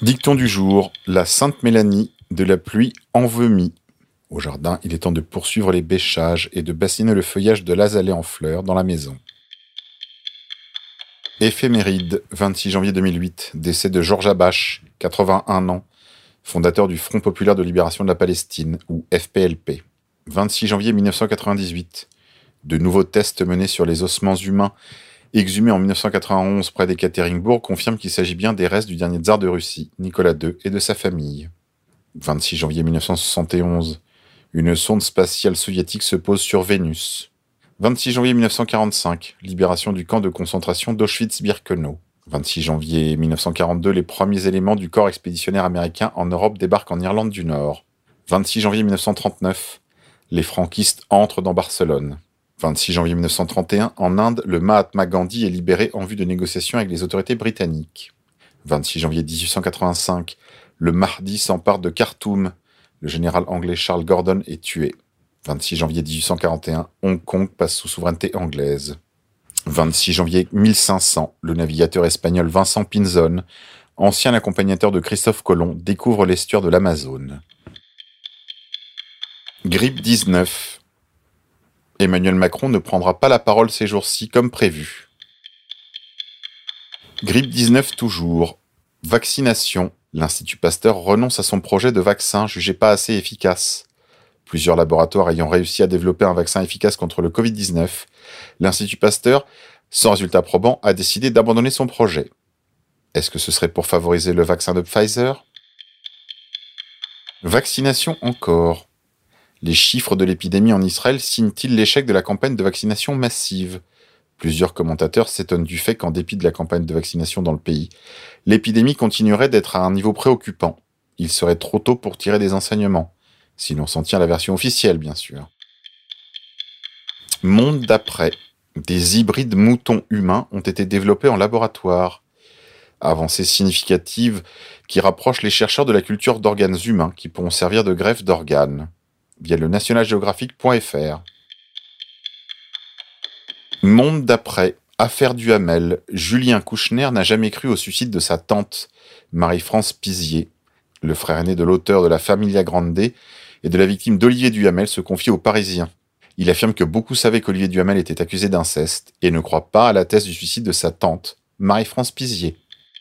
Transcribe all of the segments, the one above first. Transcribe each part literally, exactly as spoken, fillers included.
Dicton du jour, la Sainte Mélanie de la pluie envemie. Au jardin, il est temps de poursuivre les bêchages et de bassiner le feuillage de l'azalée en fleurs dans la maison. Éphéméride, vingt-six janvier deux mille huit, décès de Georges Habash, quatre-vingt-un ans, fondateur du Front populaire de libération de la Palestine, ou F P L P. vingt-six janvier mille neuf cent quatre-vingt-dix-huit, de nouveaux tests menés sur les ossements humains exhumés en mille neuf cent quatre-vingt-onze près d'Ekaterinbourg confirment qu'il s'agit bien des restes du dernier tsar de Russie, Nicolas deux, et de sa famille. vingt-six janvier mille neuf cent soixante et onze, une sonde spatiale soviétique se pose sur Vénus. vingt-six janvier mille neuf cent quarante-cinq, libération du camp de concentration d'Auschwitz-Birkenau. vingt-six janvier mille neuf cent quarante-deux, les premiers éléments du corps expéditionnaire américain en Europe débarquent en Irlande du Nord. vingt-six janvier mille neuf cent trente-neuf, les franquistes entrent dans Barcelone. vingt-six janvier mille neuf cent trente et un, en Inde, le Mahatma Gandhi est libéré en vue de négociations avec les autorités britanniques. vingt-six janvier dix-huit cent quatre-vingt-cinq, le Mahdi s'empare de Khartoum. Le général anglais Charles Gordon est tué. vingt-six janvier dix-huit cent quarante et un, Hong Kong passe sous souveraineté anglaise. vingt-six janvier mille cinq cents, le navigateur espagnol Vincent Pinzón, ancien accompagnateur de Christophe Colomb, découvre l'estuaire de l'Amazone. Grippe dix-neuf. Emmanuel Macron ne prendra pas la parole ces jours-ci comme prévu. Grippe dix-neuf toujours. Vaccination. L'Institut Pasteur renonce à son projet de vaccin jugé pas assez efficace. Plusieurs laboratoires ayant réussi à développer un vaccin efficace contre le covid dix-neuf, l'Institut Pasteur, sans résultat probant, a décidé d'abandonner son projet. Est-ce que ce serait pour favoriser le vaccin de Pfizer ? Vaccination encore. Les chiffres de l'épidémie en Israël signent-ils l'échec de la campagne de vaccination massive ? Plusieurs commentateurs s'étonnent du fait qu'en dépit de la campagne de vaccination dans le pays, l'épidémie continuerait d'être à un niveau préoccupant. Il serait trop tôt pour tirer des enseignements, si l'on s'en tient à la version officielle, bien sûr. Monde d'après. Des hybrides moutons humains ont été développés en laboratoire. Avancée significative qui rapproche les chercheurs de la culture d'organes humains qui pourront servir de greffe d'organes. Via le national geographic point f r. Monde d'après. Affaire Duhamel. Julien Kouchner n'a jamais cru au suicide de sa tante, Marie-France Pizier. Le frère aîné de l'auteur de la Familia Grande et de la victime d'Olivier Duhamel se confie aux Parisiens. Il affirme que beaucoup savaient qu'Olivier Duhamel était accusé d'inceste et ne croit pas à la thèse du suicide de sa tante, Marie-France Pizier.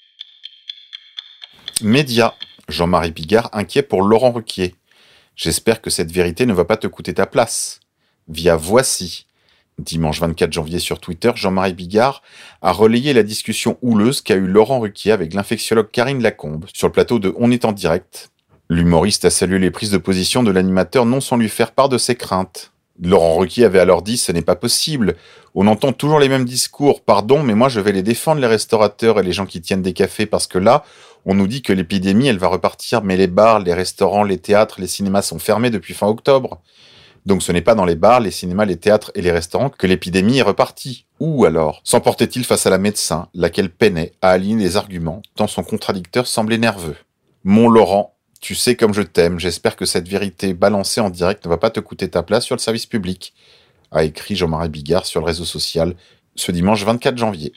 Média. Jean-Marie Bigard inquiet pour Laurent Ruquier. J'espère que cette vérité ne va pas te coûter ta place. Via Voici. Dimanche vingt-quatre janvier sur Twitter, Jean-Marie Bigard a relayé la discussion houleuse qu'a eue Laurent Ruquier avec l'infectiologue Karine Lacombe sur le plateau de On est en direct. L'humoriste a salué les prises de position de l'animateur non sans lui faire part de ses craintes. Laurent Ruquier avait alors dit « Ce n'est pas possible. On entend toujours les mêmes discours. Pardon, mais moi je vais les défendre, les restaurateurs et les gens qui tiennent des cafés, parce que là, on nous dit que l'épidémie, elle va repartir, mais les bars, les restaurants, les théâtres, les cinémas sont fermés depuis fin octobre. Donc ce n'est pas dans les bars, les cinémas, les théâtres et les restaurants que l'épidémie est repartie. Où alors s'emportait-il face à la médecin, laquelle peinait à aligner les arguments, tant son contradicteur semblait nerveux. Mon Laurent, tu sais comme je t'aime, j'espère que cette vérité balancée en direct ne va pas te coûter ta place sur le service public, a écrit Jean-Marie Bigard sur le réseau social ce dimanche vingt-quatre janvier.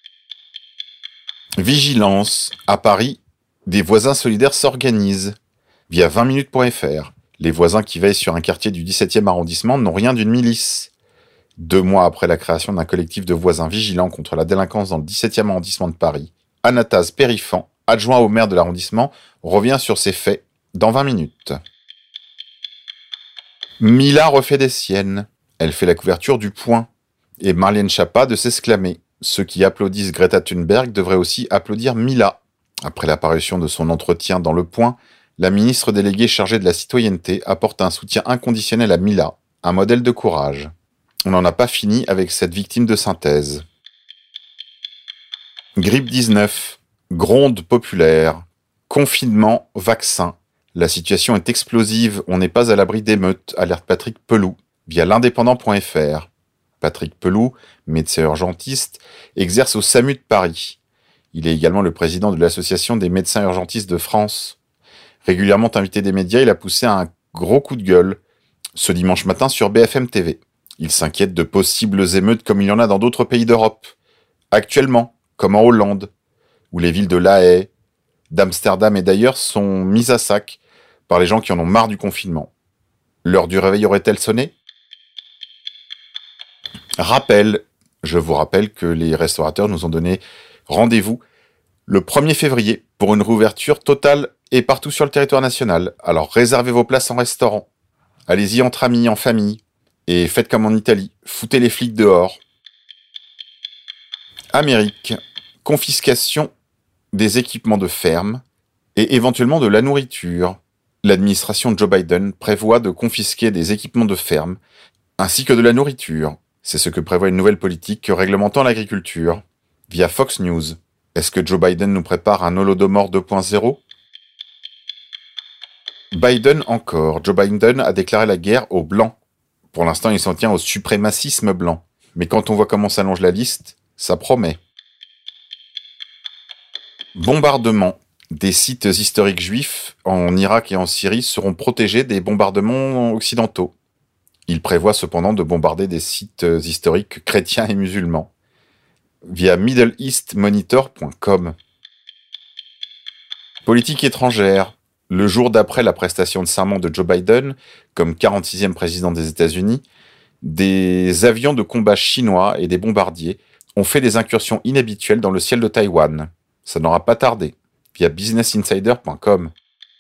Vigilance. À Paris, des voisins solidaires s'organisent. Via vingt minutes point f r. Les voisins qui veillent sur un quartier du dix-septième arrondissement n'ont rien d'une milice. Deux mois après la création d'un collectif de voisins vigilants contre la délinquance dans le dix-septième arrondissement de Paris, Anatase Périfan, adjoint au maire de l'arrondissement, revient sur ces faits dans vingt minutes. Mila refait des siennes. Elle fait la couverture du Point. Et Marlène Schiappa de s'exclamer. Ceux qui applaudissent Greta Thunberg devraient aussi applaudir Mila. Après l'apparition de son entretien dans Le Point, la ministre déléguée chargée de la citoyenneté apporte un soutien inconditionnel à Mila, un modèle de courage. On n'en a pas fini avec cette victime de synthèse. Grippe dix-neuf. Gronde populaire. Confinement, vaccin. La situation est explosive, on n'est pas à l'abri d'émeutes, alerte Patrick Pelloux, via l'indépendant point f r. Patrick Pelloux, médecin urgentiste, exerce au SAMU de Paris. Il est également le président de l'Association des médecins urgentistes de France. Régulièrement invité des médias, il a poussé un gros coup de gueule ce dimanche matin sur B F M T V. Il s'inquiète de possibles émeutes comme il y en a dans d'autres pays d'Europe. Actuellement, comme en Hollande, où les villes de La Haye, d'Amsterdam et d'ailleurs sont mises à sac par les gens qui en ont marre du confinement. L'heure du réveil aurait-elle sonné ? Rappel, je vous rappelle que les restaurateurs nous ont donné rendez-vous le premier février pour une réouverture totale et partout sur le territoire national. Alors réservez vos places en restaurant. Allez-y entre amis, en famille. Et faites comme en Italie, foutez les flics dehors. Amérique, confiscation des équipements de ferme et éventuellement de la nourriture. L'administration de Joe Biden prévoit de confisquer des équipements de ferme ainsi que de la nourriture. C'est ce que prévoit une nouvelle politique réglementant l'agriculture via Fox News. Est-ce que Joe Biden nous prépare un Holodomor deux point zéro ? Biden encore. Joe Biden a déclaré la guerre aux Blancs. Pour l'instant, il s'en tient au suprémacisme blanc. Mais quand on voit comment s'allonge la liste, ça promet. Bombardement. Des sites historiques juifs en Irak et en Syrie seront protégés des bombardements occidentaux. Il prévoit cependant de bombarder des sites historiques chrétiens et musulmans via middle east monitor point com. Politique étrangère. Le jour d'après la prestation de serment de Joe Biden, comme quarante-sixième président des États-Unis, des avions de combat chinois et des bombardiers ont fait des incursions inhabituelles dans le ciel de Taïwan. Ça n'aura pas tardé, via business insider point com.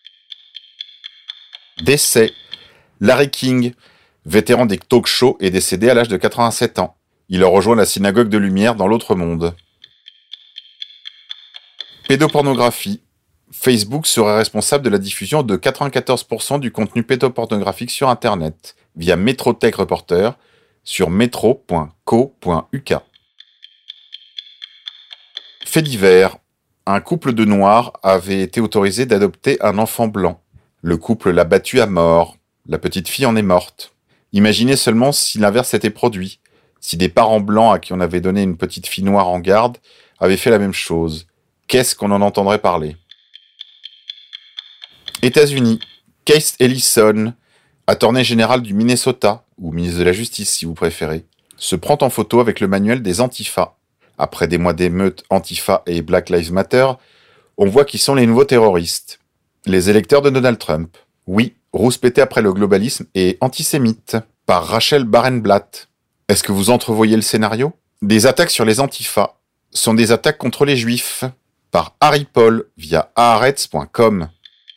Décès. Larry King, vétéran des talk-shows, est décédé à l'âge de quatre-vingt-sept ans. Il a rejoint la synagogue de lumière dans l'autre monde. Pédopornographie. Facebook serait responsable de la diffusion de quatre-vingt-quatorze pour cent du contenu pédopornographique sur Internet, via Metrotech Reporter, sur metro point co point u k. Fait divers. Un couple de Noirs avait été autorisé d'adopter un enfant blanc. Le couple l'a battu à mort. La petite fille en est morte. Imaginez seulement si l'inverse s'était produit. Si des parents blancs à qui on avait donné une petite fille noire en garde avaient fait la même chose. Qu'est-ce qu'on en entendrait parler ? États-Unis. Keith Ellison, attorney général du Minnesota, ou ministre de la Justice si vous préférez, se prend en photo avec le manuel des Antifa. Après des mois d'émeutes Antifa et Black Lives Matter, on voit qui sont les nouveaux terroristes. Les électeurs de Donald Trump. Oui, rouspété après le globalisme et antisémite, par Rachel Barenblatt. Est-ce que vous entrevoyez le scénario ? Des attaques sur les Antifa sont des attaques contre les Juifs, par Harry Paul via haaretz point com.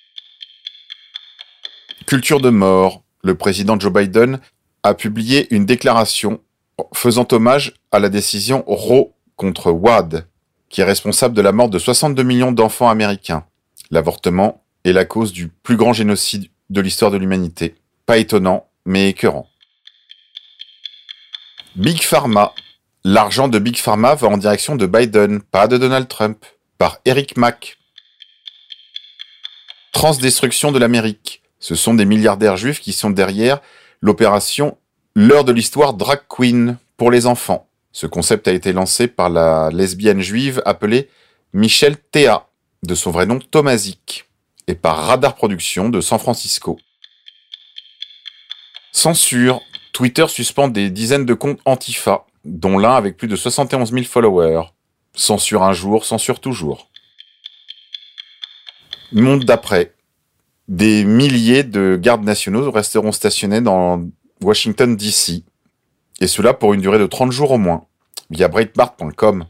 Culture de mort. Le président Joe Biden a publié une déclaration faisant hommage à la décision Roe contre Wade, qui est responsable de la mort de soixante-deux millions d'enfants américains. L'avortement est la cause du plus grand génocide de l'histoire de l'humanité. Pas étonnant, mais écœurant. Big Pharma. L'argent de Big Pharma va en direction de Biden, pas de Donald Trump, par Eric Mack. Transdestruction de l'Amérique. Ce sont des milliardaires juifs qui sont derrière l'opération L'heure de l'histoire Drag Queen pour les enfants. Ce concept a été lancé par la lesbienne juive appelée Michelle Théa, de son vrai nom Tomazik, et par Radar Productions de San Francisco. Censure. Twitter suspend des dizaines de comptes Antifa, dont l'un avec plus de soixante et onze mille followers. Censure un jour, censure toujours. Monde d'après. Des milliers de gardes nationaux resteront stationnés dans Washington D C, et cela pour une durée de trente jours au moins, via breitbart point com.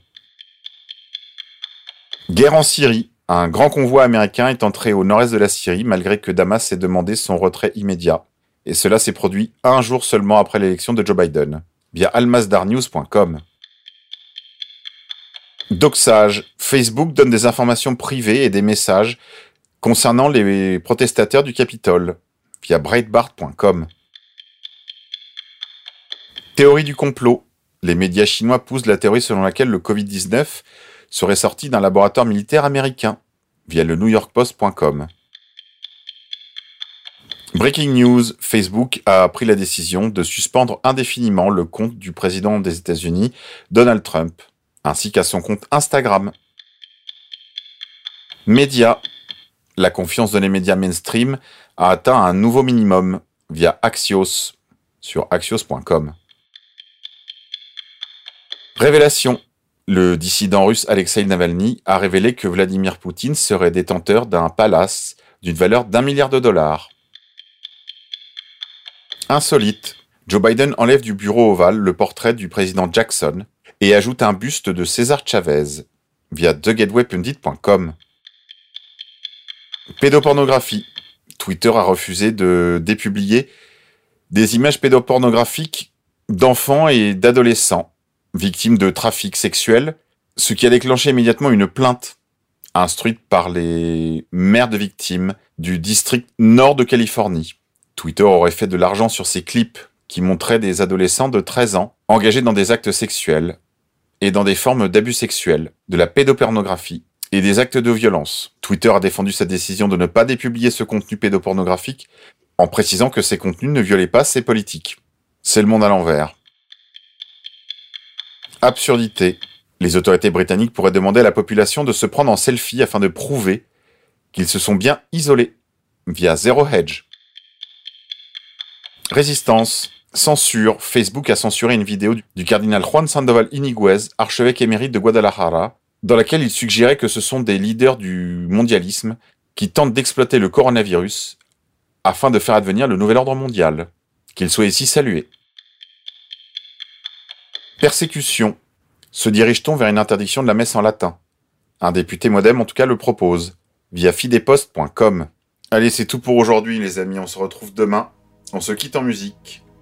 Guerre en Syrie. Un grand convoi américain est entré au nord-est de la Syrie, malgré que Damas ait demandé son retrait immédiat. Et cela s'est produit un jour seulement après l'élection de Joe Biden, via almasdarnews point com. Doxage. Facebook donne des informations privées et des messages concernant les protestataires du Capitole, via breitbart point com. Théorie du complot. Les médias chinois poussent la théorie selon laquelle le covid dix-neuf serait sorti d'un laboratoire militaire américain, via le new york post point com. Breaking news. Facebook a pris la décision de suspendre indéfiniment le compte du président des États-Unis, Donald Trump, ainsi qu'à son compte Instagram. Médias. La confiance dans les médias mainstream a atteint un nouveau minimum via Axios sur axios point com. Révélation. Le dissident russe Alexei Navalny a révélé que Vladimir Poutine serait détenteur d'un palace d'une valeur d'un milliard de dollars. Insolite. Joe Biden enlève du bureau ovale le portrait du président Jackson et ajoute un buste de César Chavez via the gateway pundit point com. Pédopornographie. Twitter a refusé de dépublier des images pédopornographiques d'enfants et d'adolescents victimes de trafic sexuel, ce qui a déclenché immédiatement une plainte instruite par les mères de victimes du district nord de Californie. Twitter aurait fait de l'argent sur ces clips qui montraient des adolescents de treize ans engagés dans des actes sexuels et dans des formes d'abus sexuels, de la pédopornographie et des actes de violence. Twitter a défendu sa décision de ne pas dépublier ce contenu pédopornographique en précisant que ces contenus ne violaient pas ses politiques. C'est le monde à l'envers. Absurdité. Les autorités britanniques pourraient demander à la population de se prendre en selfie afin de prouver qu'ils se sont bien isolés via Zero Hedge. Résistance. Censure. Facebook a censuré une vidéo du cardinal Juan Sandoval Iniguez, archevêque émérite de Guadalajara, dans laquelle il suggérait que ce sont des leaders du mondialisme qui tentent d'exploiter le coronavirus afin de faire advenir le nouvel ordre mondial. Qu'il soit ici salué. Persécution. Se dirige-t-on vers une interdiction de la messe en latin? Un député modem en tout cas le propose, via fidepost point com. Allez, c'est tout pour aujourd'hui les amis, on se retrouve demain. On se quitte en musique.